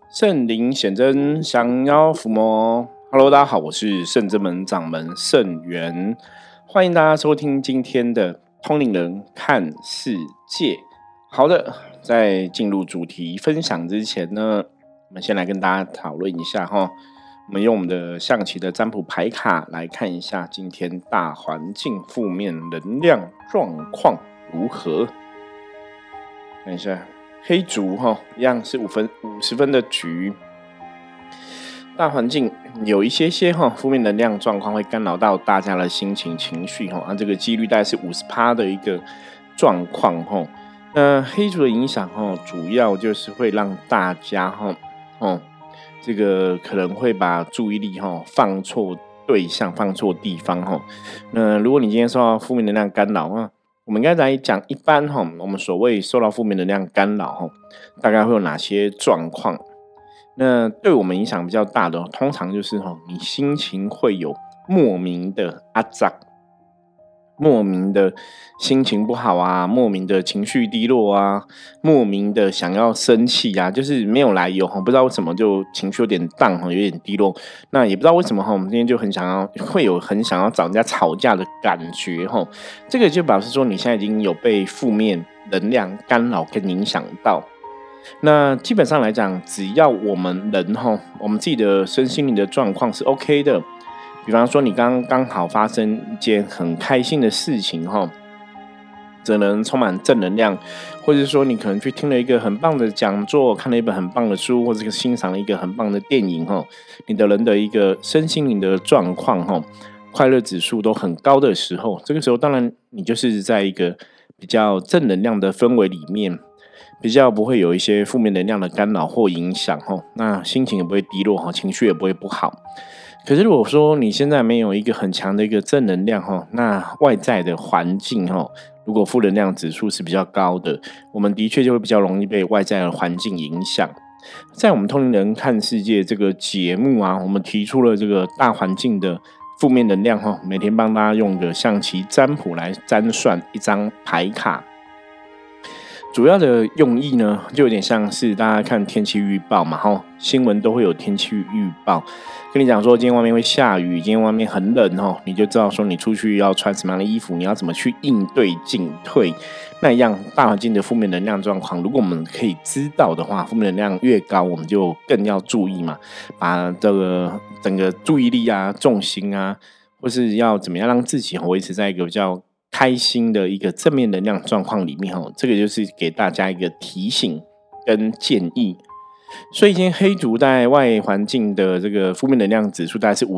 圣灵显真，降妖伏魔。Hello， 大家好，我是圣真门掌门圣元，欢迎大家收听今天的通灵人看世界。好的，在进入主题分享之前呢，我们先来跟大家讨论一下哈。我们用我们的象棋的占卜牌卡来看一下今天大环境负面能量状况如何。看一下黑竹一样是50分的局，大环境有一些负面能量状况会干扰到大家的心情情绪这个几率大概是 50% 的一个状况那黑竹的影响主要就是会让大家这个可能会把注意力放错对象，放错地方那如果你今天受到负面能量干扰我们应该来讲一般我们所谓受到负面能量干扰大概会有哪些状况。那对我们影响比较大的通常就是你心情会有莫名的阿杂，莫名的心情不好啊，莫名的情绪低落啊，莫名的想要生气啊，就是没有来由不知道为什么就情绪有点荡有点低落。那也不知道为什么我们今天就很想要找人家吵架的感觉这个就表示说你现在已经有被负面能量干扰跟影响到。那基本上来讲，只要我们人我们自己的身心灵的状况是 OK 的，比方说你刚好发生一件很开心的事情整个人充满正能量，或者说你可能去听了一个很棒的讲座，看了一本很棒的书，或者欣赏了一个很棒的电影你的人的一个身心灵的状况快乐指数都很高的时候，这个时候当然你就是在一个比较正能量的氛围里面，比较不会有一些负面能量的干扰或影响那心情也不会低落情绪也不会不好。可是如果说你现在没有一个很强的一个正能量那外在的环境如果负能量指数是比较高的，我们的确就会比较容易被外在的环境影响。在我们通灵人看世界这个节目我们提出了这个大环境的负面能量每天帮大家用个象棋占卜来占算一张牌卡。主要的用意呢，就有点像是大家看天气预报嘛新闻都会有天气预报，跟你讲说今天外面会下雨，今天外面很冷你就知道说你出去要穿什么样的衣服，你要怎么去应对进退。那一样大环境的负面能量状况，如果我们可以知道的话，负面能量越高，我们就更要注意嘛，把这个整个注意力重心或是要怎么样让自己维持在一个比较开心的一个正面能量状况里面这个就是给大家一个提醒跟建议。所以今天黑竹在外环境的这个负面能量指数大概是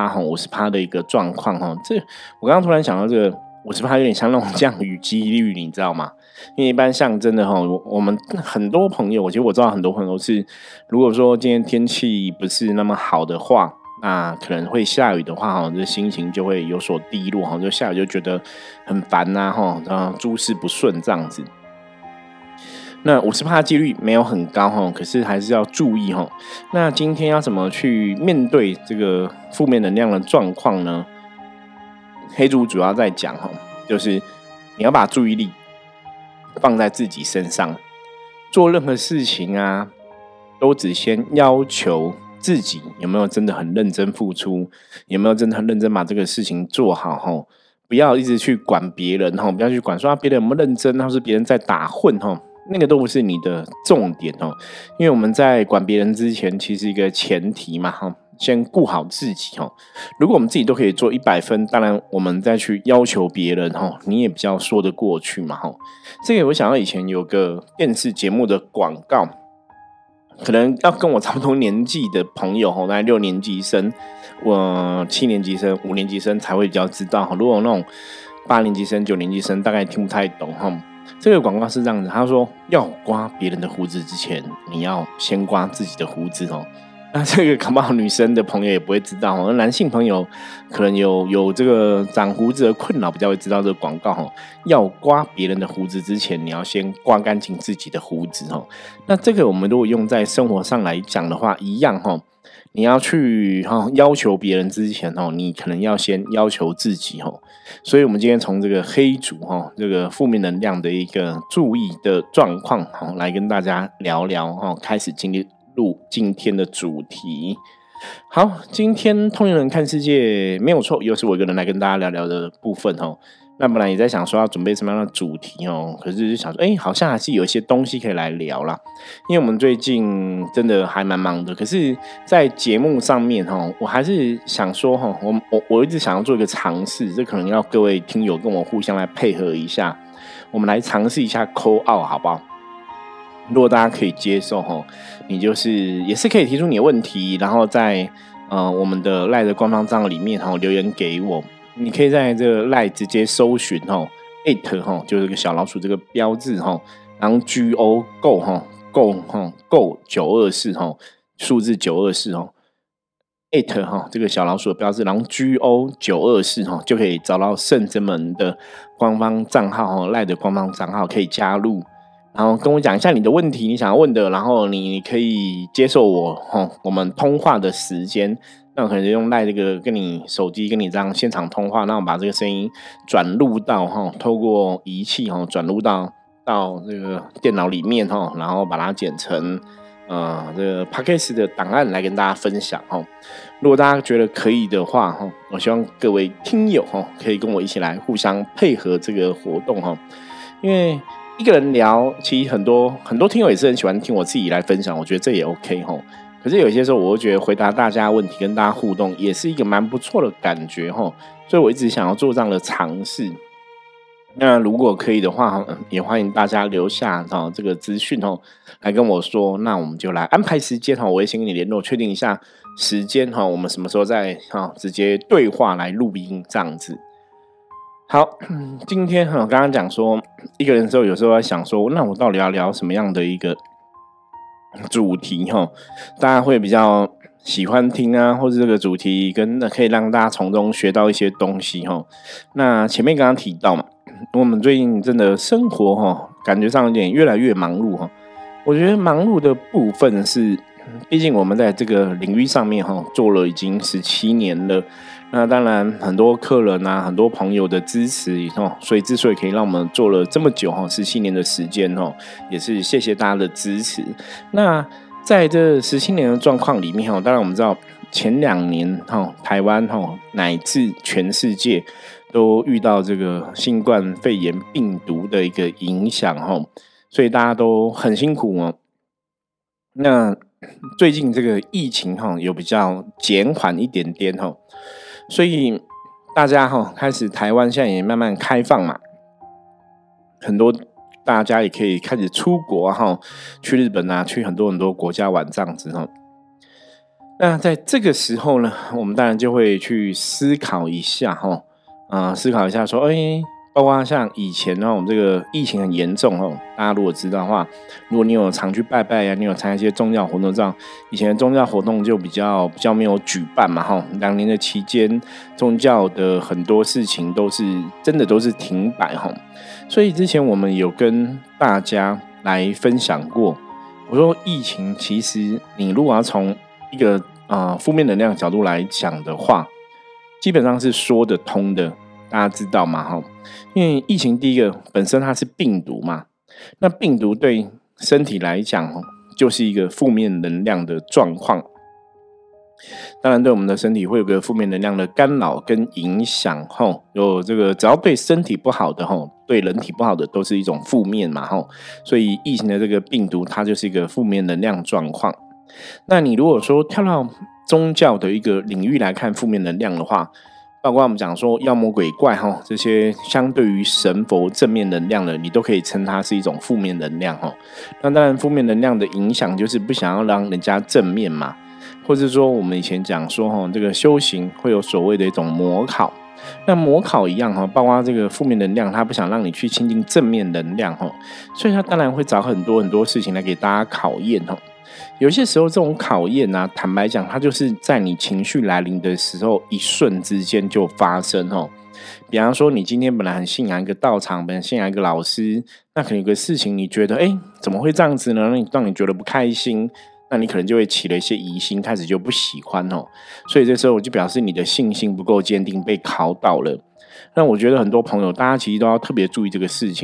50% 的一个状况这我刚刚突然想到这个 50% 有点像那种降雨几率，你知道吗？因为一般像真的我们很多朋友，其实我知道很多朋友是，如果说今天天气不是那么好的话，那可能会下雨的话这心情就会有所低落就下雨就觉得很烦诸事不顺这样子。那 50% 几率没有很高可是还是要注意那今天要怎么去面对这个负面能量的状况呢？黑竹主要在讲就是你要把注意力放在自己身上，做任何事情都只先要求自己有没有真的很认真付出，有没有真的很认真把这个事情做好不要一直去管别人不要去管说别人有没有认真，或是别人在打混那个都不是你的重点因为我们在管别人之前，其实一个前提嘛先顾好自己如果我们自己都可以做100分，当然我们再去要求别人你也比较说得过去嘛这个我想到以前有个电视节目的广告，可能要跟我差不多年纪的朋友大概6年级生、7年级生、5年级生才会比较知道如果那种8年级生、9年级生大概听不太懂这个广告是这样子，他说要刮别人的胡子之前，你要先刮自己的胡子那这个搞不好女生的朋友也不会知道男性朋友可能有这个长胡子的困扰，比较会知道这个广告要刮别人的胡子之前，你要先刮干净自己的胡子那这个我们如果用在生活上来讲的话，一样你要去要求别人之前你可能要先要求自己所以我们今天从这个黑竹这个负面能量的一个注意的状况来跟大家聊聊开始录今天的主题。好，今天通灵人看世界没有错，又是我一个人来跟大家聊聊的部分哦。那本来也在想说要准备什么样的主题哦，可是就想说，好像还是有一些东西可以来聊啦。因为我们最近真的还蛮忙的，可是，在节目上面哦，我还是想说哈，我一直想要做一个尝试，这可能要各位听友跟我互相来配合一下，我们来尝试一下 call out 好不好？如果大家可以接受哈，你就是也是可以提出你的问题，然后在我们的赖的官方账号里面留言给我。你可以在这个赖直接搜寻@就是个小老鼠这个标志然后 GO 924数字924这个小老鼠的标志，然后 GO 924就可以找到圣真门的官方账号赖的官方账号可以加入。然后跟我讲一下你的问题，你想要问的，然后你可以接受我们通话的时间，那我可能就用赖这个跟你手机跟你这样现场通话，那我把这个声音转录到透过仪器转录到这个电脑里面然后把它剪成这个 Podcast 的档案来跟大家分享如果大家觉得可以的话我希望各位听友可以跟我一起来互相配合这个活动因为一个人聊，其实很多听友也是很喜欢听我自己来分享，我觉得这也 OK 可是有些时候，我会觉得回答大家问题、跟大家互动，也是一个蛮不错的感觉所以我一直想要做这样的尝试。那如果可以的话，也欢迎大家留下这个资讯来跟我说。那我们就来安排时间我会先跟你联络，确定一下时间我们什么时候再直接对话来录音这样子。好，今天我刚刚讲说一个人的时候，有时候在想说，那我到底要聊什么样的一个主题大家会比较喜欢听啊，或者这个主题跟可以让大家从中学到一些东西那前面刚刚提到嘛，我们最近真的生活感觉上有点越来越忙碌我觉得忙碌的部分是，毕竟我们在这个领域上面做了已经17年了。那当然很多客人啊，很多朋友的支持所以之所以可以让我们做了这么久17年的时间也是谢谢大家的支持。那在这17年的状况里面当然我们知道前2年台湾乃至全世界都遇到这个新冠肺炎病毒的一个影响所以大家都很辛苦那最近这个疫情有比较减缓一点点所以大家开始台湾现在也慢慢开放嘛，很多大家也可以开始出国去日本啊，去很多国家玩这样子那在这个时候呢，我们当然就会去思考一下说包括像以前我们这个疫情很严重大家如果知道的话，如果你有常去拜拜啊，你有参加一些宗教活动，这样以前的宗教活动就比较没有举办嘛2年的期间，宗教的很多事情都是停摆所以之前我们有跟大家来分享过，我说疫情其实你如果要从一个负面能量角度来讲的话，基本上是说得通的。大家知道吗因为疫情第一个本身它是病毒嘛，那病毒对身体来讲就是一个负面能量的状况，当然对我们的身体会有个负面能量的干扰跟影响有这个只要对身体不好的对人体不好的都是一种负面嘛所以疫情的这个病毒它就是一个负面能量状况。那你如果说跳到宗教的一个领域来看负面能量的话，包括我们讲说妖魔鬼怪这些相对于神佛正面能量的，你都可以称它是一种负面能量那当然负面能量的影响就是不想要让人家正面嘛，或者说我们以前讲说这个修行会有所谓的一种魔考，那魔考一样包括这个负面能量，它不想让你去亲近正面能量所以它当然会找很多事情来给大家考验有些时候这种考验啊，坦白讲它就是在你情绪来临的时候一瞬之间就发生比方说你今天本来很信仰一个道场，本来信仰一个老师，那可能有个事情你觉得怎么会这样子呢，让你觉得不开心，那你可能就会起了一些疑心，开始就不喜欢所以这时候我就表示你的信心不够坚定，被考倒了。那我觉得很多朋友大家其实都要特别注意这个事情。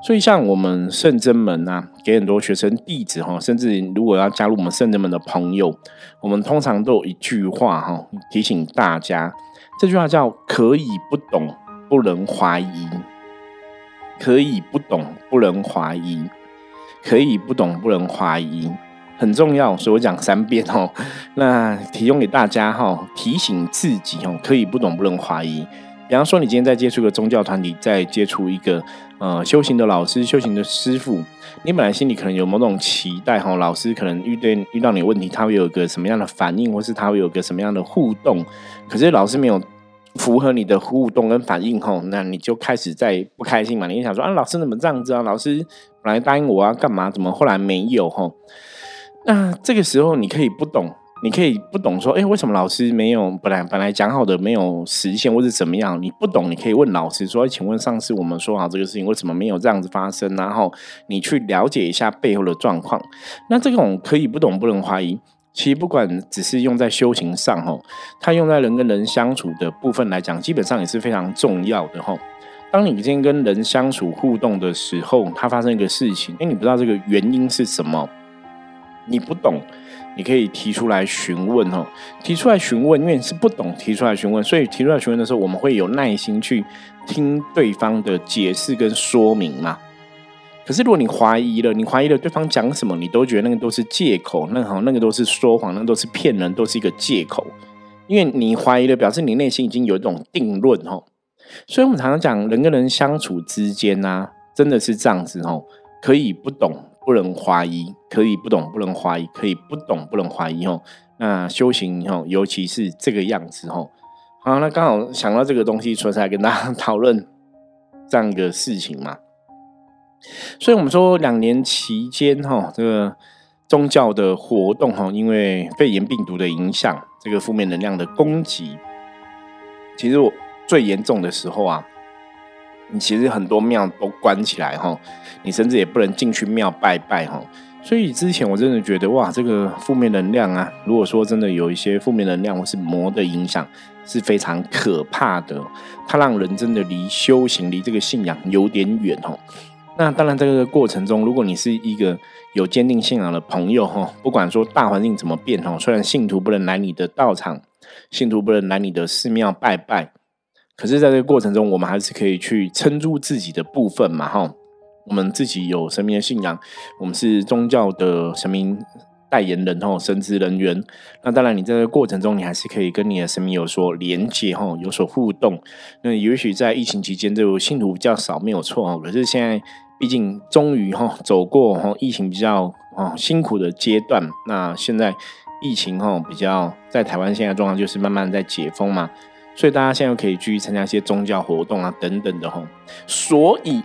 所以像我们圣真门啊，给很多学生弟子甚至如果要加入我们圣真门的朋友，我们通常都有一句话提醒大家，这句话叫可以不懂不能怀疑，可以不懂不能怀疑，可以不懂不能怀疑，很重要，所以我讲3遍那提供给大家提醒自己可以不懂不能怀疑。比方说你今天在接触一个宗教团体，在接触一个修行的老师、修行的师父，你本来心里可能有某种期待老师可能遇到你的问题，他会有一个什么样的反应，或是他会有一个什么样的互动，可是老师没有符合你的互动跟反应那你就开始在不开心嘛，你就想说老师怎么这样子啊，老师本来答应我干嘛，怎么后来没有那这个时候你可以不懂说为什么老师没有本来讲好的没有实现，或是怎么样，你不懂你可以问老师说请问上次我们说好这个事情为什么没有这样子发生，然后你去了解一下背后的状况。那这种可以不懂不能怀疑，其实不管只是用在修行上它用在人跟人相处的部分来讲，基本上也是非常重要的当你今天跟人相处互动的时候，它发生一个事情你不知道这个原因是什么，你不懂你可以提出来询问提出来询问，因为你是不懂提出来询问，所以提出来询问的时候，我们会有耐心去听对方的解释跟说明嘛。可是如果你怀疑了对方讲什么，你都觉得那个都是借口，那个都是说谎，那个都是骗人，都是一个借口，因为你怀疑了，表示你内心已经有一种定论所以我们常常讲人跟人相处之间真的是这样子可以不懂不能怀疑，可以不懂不能怀疑，可以不懂不能怀疑那修行尤其是这个样子好，那刚好想到这个东西，所以才跟大家讨论这样一个事情嘛。所以我们说2年期间这个宗教的活动因为肺炎病毒的影响，这个负面能量的攻击，其实我最严重的时候你其实很多庙都关起来你甚至也不能进去庙拜拜所以之前我真的觉得哇，这个负面能量如果说真的有一些负面能量或是魔的影响，是非常可怕的，它让人真的离修行离这个信仰有点远那当然在这个过程中，如果你是一个有坚定信仰的朋友不管说大环境怎么变虽然信徒不能来你的道场，信徒不能来你的寺庙拜拜，可是在这个过程中，我们还是可以去撑住自己的部分嘛我们自己有神明的信仰，我们是宗教的神明代言人神职人员，那当然你在这个过程中，你还是可以跟你的神明有所连结有所互动。那也许在疫情期间，这个信徒比较少没有错可是现在毕竟终于走过疫情比较辛苦的阶段，那现在疫情比较在台湾现在状况就是慢慢在解封嘛，所以大家现在可以去参加一些宗教活动等等的所以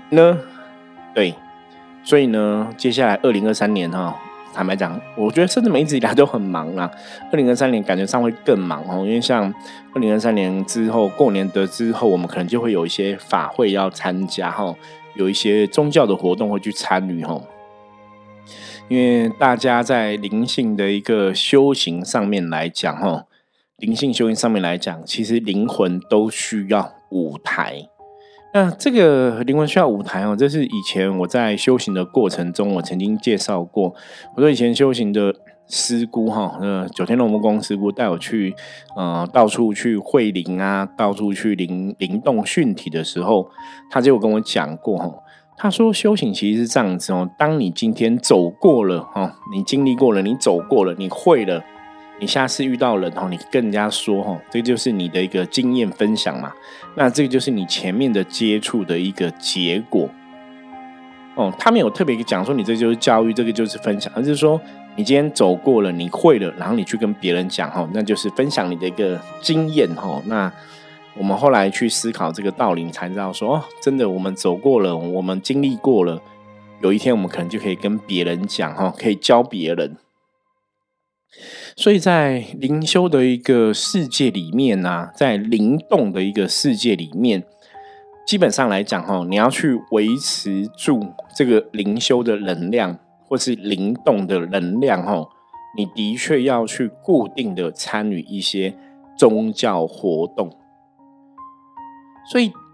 呢接下来2023年坦白讲，我觉得甚至每一直以来都很忙啦。2023年感觉上会更忙因为像2023年之后过年的之后，我们可能就会有一些法会要参加有一些宗教的活动会去参与因为大家在灵性的一个修行上面来讲灵性修行上面来讲，其实灵魂都需要舞台。那这个灵魂需要舞台这是以前我在修行的过程中，我曾经介绍过。我说以前修行的师姑九天龙木公师姑带我去到处去会灵到处去灵动训体的时候，他就有跟我讲过他说修行其实是这样子当你今天走过了你经历过了，你走过了，你会了，你下次遇到人你跟人家说这就是你的一个经验分享嘛，那这个就是你前面的接触的一个结果他没有特别讲说你这就是教育，这个就是分享，而是说你今天走过了，你会了，然后你去跟别人讲那就是分享你的一个经验那我们后来去思考这个道理，你才知道说真的我们走过了，我们经历过了，有一天我们可能就可以跟别人讲可以教别人。所以在灵修的一个世界里面在灵动的一个世界里面，基本上来讲你要去维持住这个灵修的能量或是灵动的能量你的确要去固定的参与一些宗教活动。所以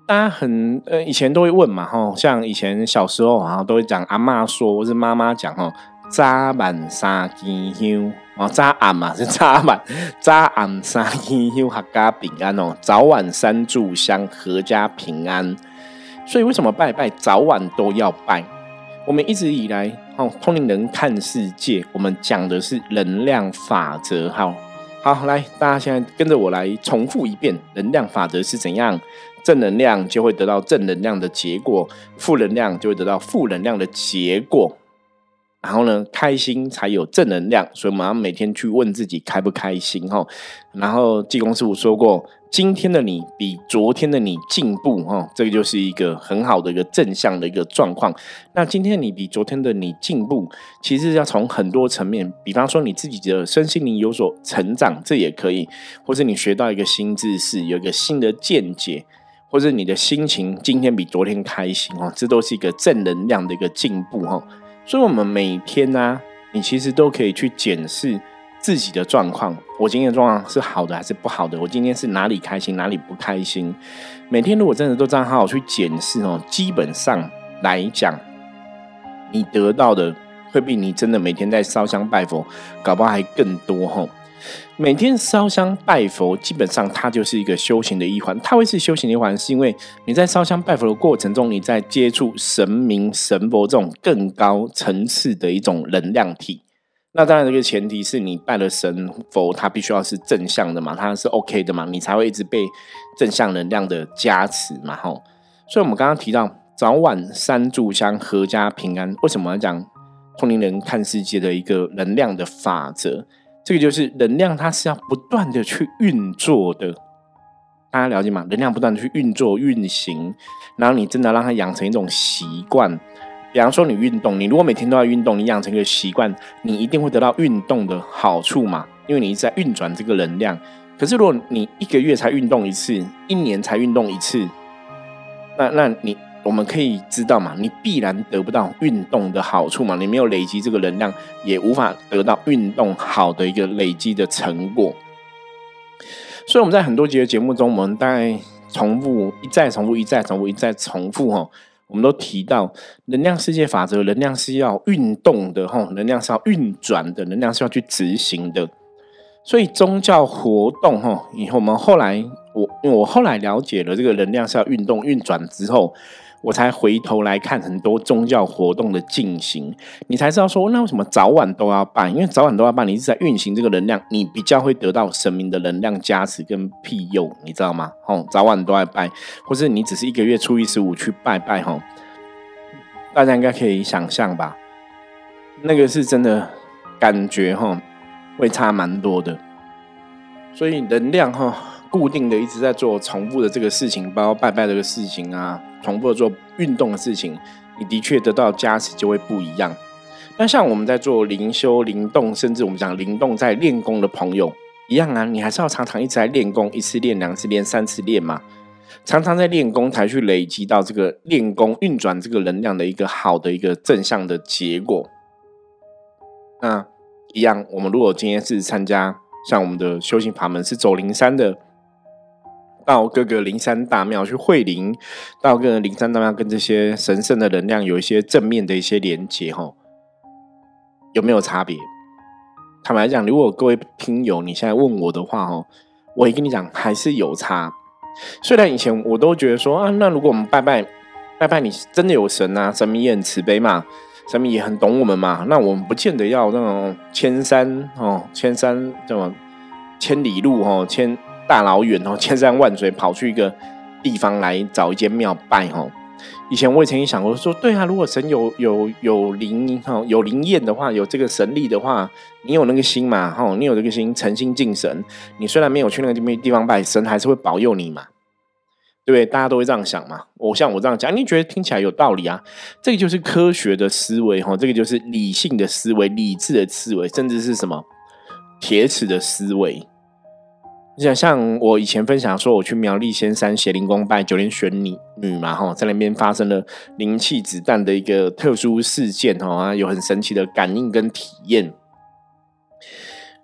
大家以前都会问嘛，像以前小时候都会讲阿嬷说或是妈妈讲早晚三更香早暗嘛是早晚，早暗三更香合家平安早晚三炷香合家平安。所以为什么拜拜早晚都要拜？我们一直以来通灵人看世界，我们讲的是能量法则。好，来，大家现在跟着我来重复一遍能量法则是怎样。正能量就会得到正能量的结果，负能量就会得到负能量的结果。然后呢，开心才有正能量，所以我们要每天去问自己开不开心。然后济公师傅说过，今天的你比昨天的你进步，这个就是一个很好的一个正向的一个状况。那今天的你比昨天的你进步，其实要从很多层面，比方说你自己的身心灵有所成长，这也可以，或是你学到一个新知识，有一个新的见解，或者你的心情今天比昨天开心，这都是一个正能量的一个进步。所以我们每天你其实都可以去检视自己的状况，我今天的状况是好的还是不好的，我今天是哪里开心哪里不开心。每天如果真的都这样好好去检视基本上来讲，你得到的会比你真的每天在烧香拜佛搞不好还更多。每天烧香拜佛基本上它就是一个修行的一环。它会是修行的一环是因为你在烧香拜佛的过程中，你在接触神明神佛这种更高层次的一种能量体。那当然这个前提是你拜了神佛它必须要是正向的嘛，它是 OK 的嘛，你才会一直被正向能量的加持嘛。所以我们刚刚提到早晚三炷香合家平安，为什么要讲通灵人看世界的一个能量的法则？这个就是能量它是要不断的去运作的，大家了解吗？能量不断的去运作运行，然后你真的让它养成一种习惯。比方说你运动，你如果每天都要运动，你养成一个习惯，你一定会得到运动的好处嘛，因为你一直在运转这个能量。可是如果你1个月才运动一次，1年才运动一次，那我们可以知道嘛，你必然得不到运动的好处嘛，你没有累积这个能量，也无法得到运动好的一个累积的成果。所以我们在很多集的节目中，我们大概一再重复我们都提到能量世界法则，能量是要运动的，能量是要运转的，能量是要去执行的。所以宗教活动以后我们后来因为我后来了解了这个能量是要运动运转之后，我才回头来看很多宗教活动的进行，你才知道说那为什么早晚都要办？因为早晚都要办，你一直在运行这个能量，你比较会得到神明的能量加持跟庇佑，你知道吗？早晚都要拜，或是你只是1个月初一十五去拜拜，大家应该可以想象吧？那个是真的感觉会差蛮多的。所以能量固定的一直在做重复的这个事情，包括拜拜这个事情重复的做运动的事情，你的确得到加持就会不一样。那像我们在做灵修灵动，甚至我们讲灵动在练功的朋友一样你还是要常常一直在练功，1次练2次练3次练嘛，常常在练功才去累积到这个练功运转这个能量的一个好的一个正向的结果。那一样，我们如果今天是参加像我们的修行法门是走灵山的，到各个灵山大庙去会灵，到各个灵山大庙跟这些神圣的能量有一些正面的一些连结，有没有差别？坦白讲，如果各位听友你现在问我的话，我也跟你讲还是有差。虽然以前我都觉得说那如果我们拜拜你真的有神神明也很慈悲嘛，神明也很懂我们嘛，那我们不见得要那种千山这么千里路千大老远千山万水跑去一个地方来找一间庙拜以前我也曾经想过说，对如果神有灵验的话，有这个神力的话，你有那个心嘛你有这个心诚心敬神，你虽然没有去那个地方拜，神还是会保佑你嘛，对不对？大家都会这样想嘛。像我这样讲，你觉得听起来有道理这个就是科学的思维这个就是理性的思维，理智的思维，甚至是什么铁齿的思维。像我以前分享说，我去苗栗仙山邪灵宫拜9天玄女嘛在那边发生了灵气子弹的一个特殊事件有很神奇的感应跟体验。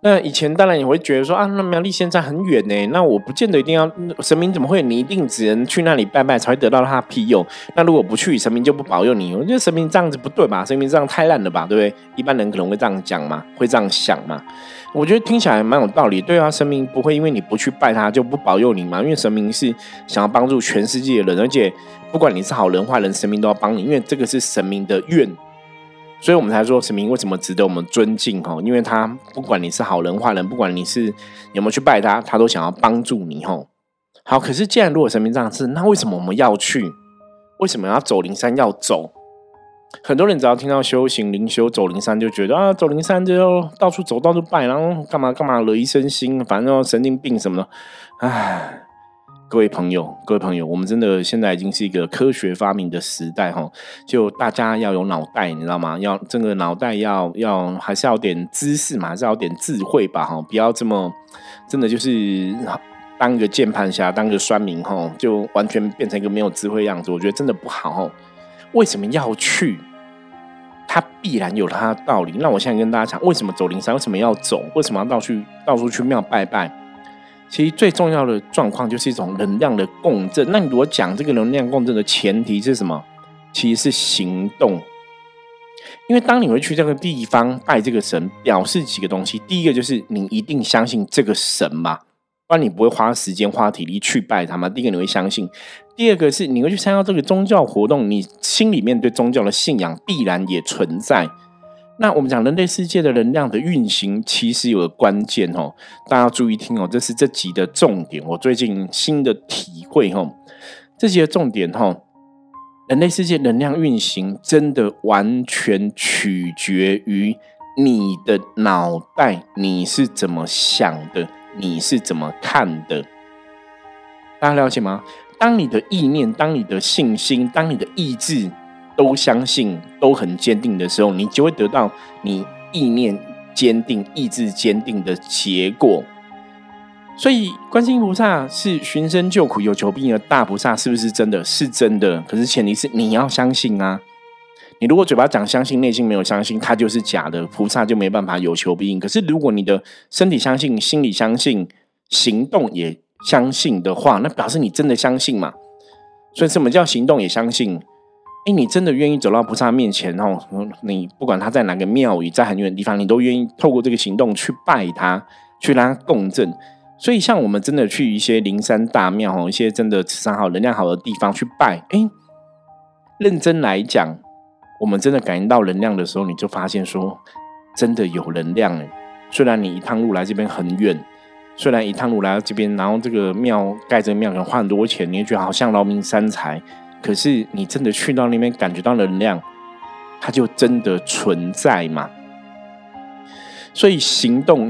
那以前当然也会觉得说啊，那苗栗现在很远呢，那我不见得一定要神明怎么会？你一定只能去那里拜拜才会得到他的庇佑。那如果不去，神明就不保佑你。我觉得神明这样子不对吧？神明这样太烂了吧，对不对？一般人可能会这样讲嘛，会这样想嘛。我觉得听起来蛮有道理。对啊，神明不会因为你不去拜他就不保佑你嘛，因为神明是想要帮助全世界的人，而且不管你是好人坏人，神明都要帮你，因为这个是神明的愿。所以我们才说神明为什么值得我们尊敬，因为他不管你是好人坏人，不管你是有没有去拜他，他都想要帮助你。好，可是既然如果神明这样子，那为什么我们要去？为什么要走灵山要走？很多人只要听到修行灵修走灵山，就觉得啊，走灵山就到处走到处拜，然后干嘛干嘛惹一身腥，反正神经病什么的。唉，各位朋友，我们真的现在已经是一个科学发明的时代，就大家要有脑袋，你知道吗？要这个脑袋要还是要点知识嘛，还是要点智慧吧，不要这么真的就是当个键盘侠，当个酸民，就完全变成一个没有智慧样子，我觉得真的不好。为什么要去？它必然有它的道理。那我现在跟大家讲，为什么走灵山？为什么要走？为什么要到处去庙拜拜？其实最重要的状况就是一种能量的共振。那你如果讲这个能量共振的前提是什么？其实是行动。因为当你会去这个地方拜这个神，表示几个东西。第一个就是你一定相信这个神嘛，不然你不会花时间花体力去拜他嘛。第一个你会相信，第二个是你会去参加这个宗教活动，你心里面对宗教的信仰必然也存在。那我们讲人类世界的能量的运行，其实有个关键大家要注意听这是这集的重点。我最近新的体会这集的重点人类世界能量运行真的完全取决于你的脑袋，你是怎么想的，你是怎么看的。大家了解吗？当你的意念，当你的信心，当你的意志都相信，都很坚定的时候，你就会得到你意念坚定、意志坚定的结果。所以观世音菩萨是寻声救苦、有求必应的大菩萨，是不是真的？是真的。可是前提是你要相信啊！你如果嘴巴讲相信，内心没有相信，它就是假的。菩萨就没办法有求必应。可是如果你的身体相信、心里相信、行动也相信的话，那表示你真的相信嘛。所以什么叫行动也相信？你真的愿意走到菩萨面前你不管他在哪个庙宇，在很远的地方，你都愿意透过这个行动去拜他，去让他共振。所以像我们真的去一些灵山大庙，一些真的磁场好、能量好的地方去拜，认真来讲，我们真的感应到能量的时候，你就发现说真的有能量。虽然你一趟路来这边很远，虽然一趟路来到这边，然后这个庙盖这个庙可能花很多钱，你也觉得好像劳民伤财，可是你真的去到那边感觉到能量，它就真的存在嘛。所以行动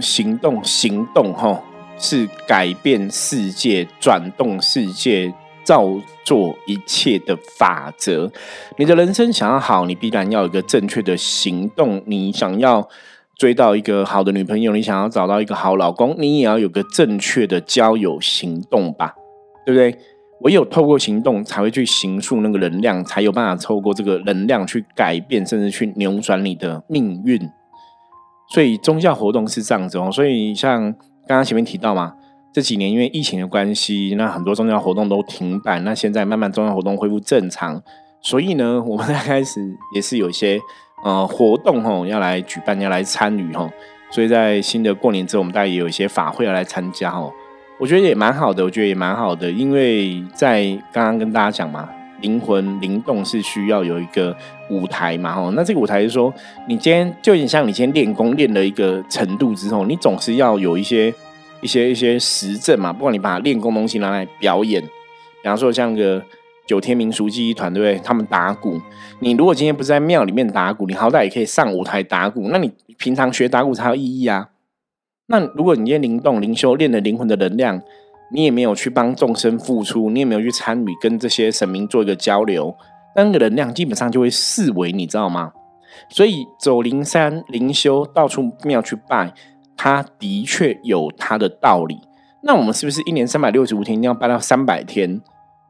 是改变世界、转动世界、造作一切的法则。你的人生想要好，你必然要有一个正确的行动。你想要追到一个好的女朋友，你想要找到一个好老公，你也要有个正确的交友行动吧，对不对？唯有透过行动才会去形塑那个能量，才有办法透过这个能量去改变，甚至去扭转你的命运。所以宗教活动是这样子所以像刚刚前面提到嘛，这几年因为疫情的关系，那很多宗教活动都停摆，那现在慢慢宗教活动恢复正常，所以呢，我们开始也是有一些活动要来举办，要来参与所以在新的过年之后，我们大概也有一些法会要来参加我觉得也蛮好的，因为在刚刚跟大家讲嘛，灵魂灵动是需要有一个舞台嘛那这个舞台是说，你今天就有点像你今天练功练了一个程度之后，你总是要有一些实证嘛，不管你把练功东西拿来表演，比方说像个九天民俗技艺团，对不对？他们打鼓，你如果今天不是在庙里面打鼓，你好歹也可以上舞台打鼓，那你平常学打鼓才有意义啊。那如果你今天灵动灵修练了灵魂的能量，你也没有去帮众生付出，你也没有去参与跟这些神明做一个交流，那个能量基本上就会四维，你知道吗？所以走灵山灵修，到处庙去拜，它的确有它的道理。那我们是不是一年365天一定要拜到300天？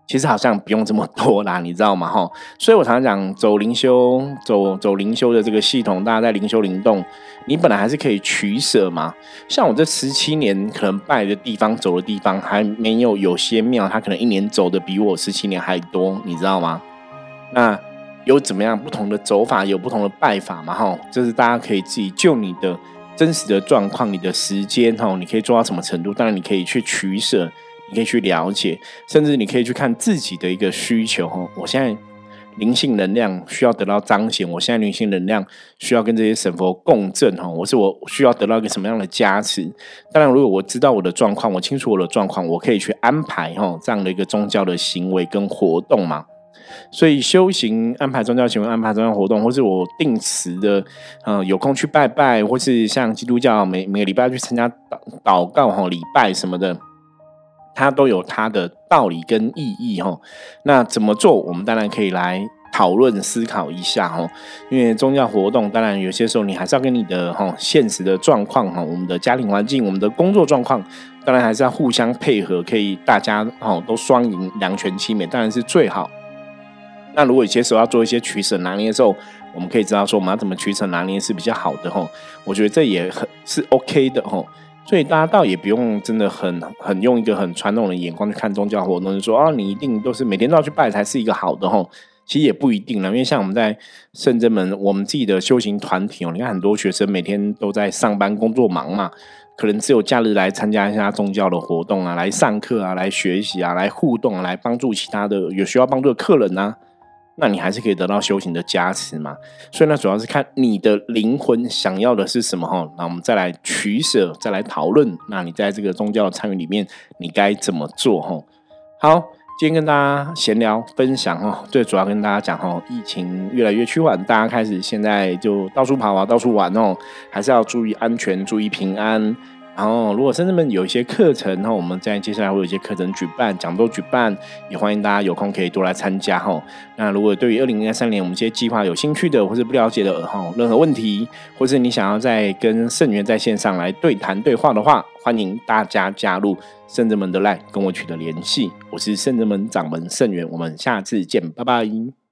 其实好像不用这么多啦，你知道吗？所以我常常讲走灵修的这个系统，大家在灵修灵动，你本来还是可以取舍嘛。像我这17年可能拜的地方走的地方，还没有些庙，它可能1年走的比我17年还多，你知道吗？那有怎么样不同的走法，有不同的拜法嘛？就是大家可以自己就你的真实的状况、你的时间，你可以做到什么程度？当然你可以去取舍。你可以去了解，甚至你可以去看自己的一个需求。我现在灵性能量需要得到彰显，我现在灵性能量需要跟这些神佛共振，我需要得到一个什么样的加持。当然如果我知道我的状况，我清楚我的状况，我可以去安排这样的一个宗教的行为跟活动嘛。所以修行安排宗教行为，安排宗教活动，或是我定时的有空去拜拜，或是像基督教每个礼拜去参加祷告礼拜什么的，它都有它的道理跟意义。那怎么做我们当然可以来讨论思考一下。因为宗教活动当然有些时候你还是要跟你的现实的状况，我们的家庭环境，我们的工作状况，当然还是要互相配合，可以大家都双赢，两全其美当然是最好。那如果有些时候要做一些取舍拿捏的时候，我们可以知道说我们要怎么取舍拿捏是比较好的。我觉得这也是 OK 的。所以大家倒也不用真的很用一个很传统的眼光去看宗教活动，就说你一定都是每天都要去拜才是一个好的。其实也不一定啦，因为像我们在圣真门我们自己的修行团体，你看很多学生每天都在上班工作忙嘛，可能只有假日来参加一下宗教的活动啊，来上课啊，来学习啊，来互动啊，来帮助其他的有需要帮助的客人啊，那你还是可以得到修行的加持嘛。所以呢，主要是看你的灵魂想要的是什么。那我们再来取舍，再来讨论，那你在这个宗教的参与里面你该怎么做。好，今天跟大家闲聊分享，最主要跟大家讲，疫情越来越趋缓，大家开始现在就到处跑啊，到处玩，还是要注意安全，注意平安。然后如果甚至们有一些课程，我们在接下来会有一些课程举办，讲座举办，也欢迎大家有空可以多来参加。那如果对于2023年我们这些计划有兴趣的，或是不了解的任何问题，或是你想要再跟圣元在线上来对谈对话的话，欢迎大家加入圣真门的 LINE 跟我取得联系。我是圣真门掌门圣元，我们下次见，拜拜。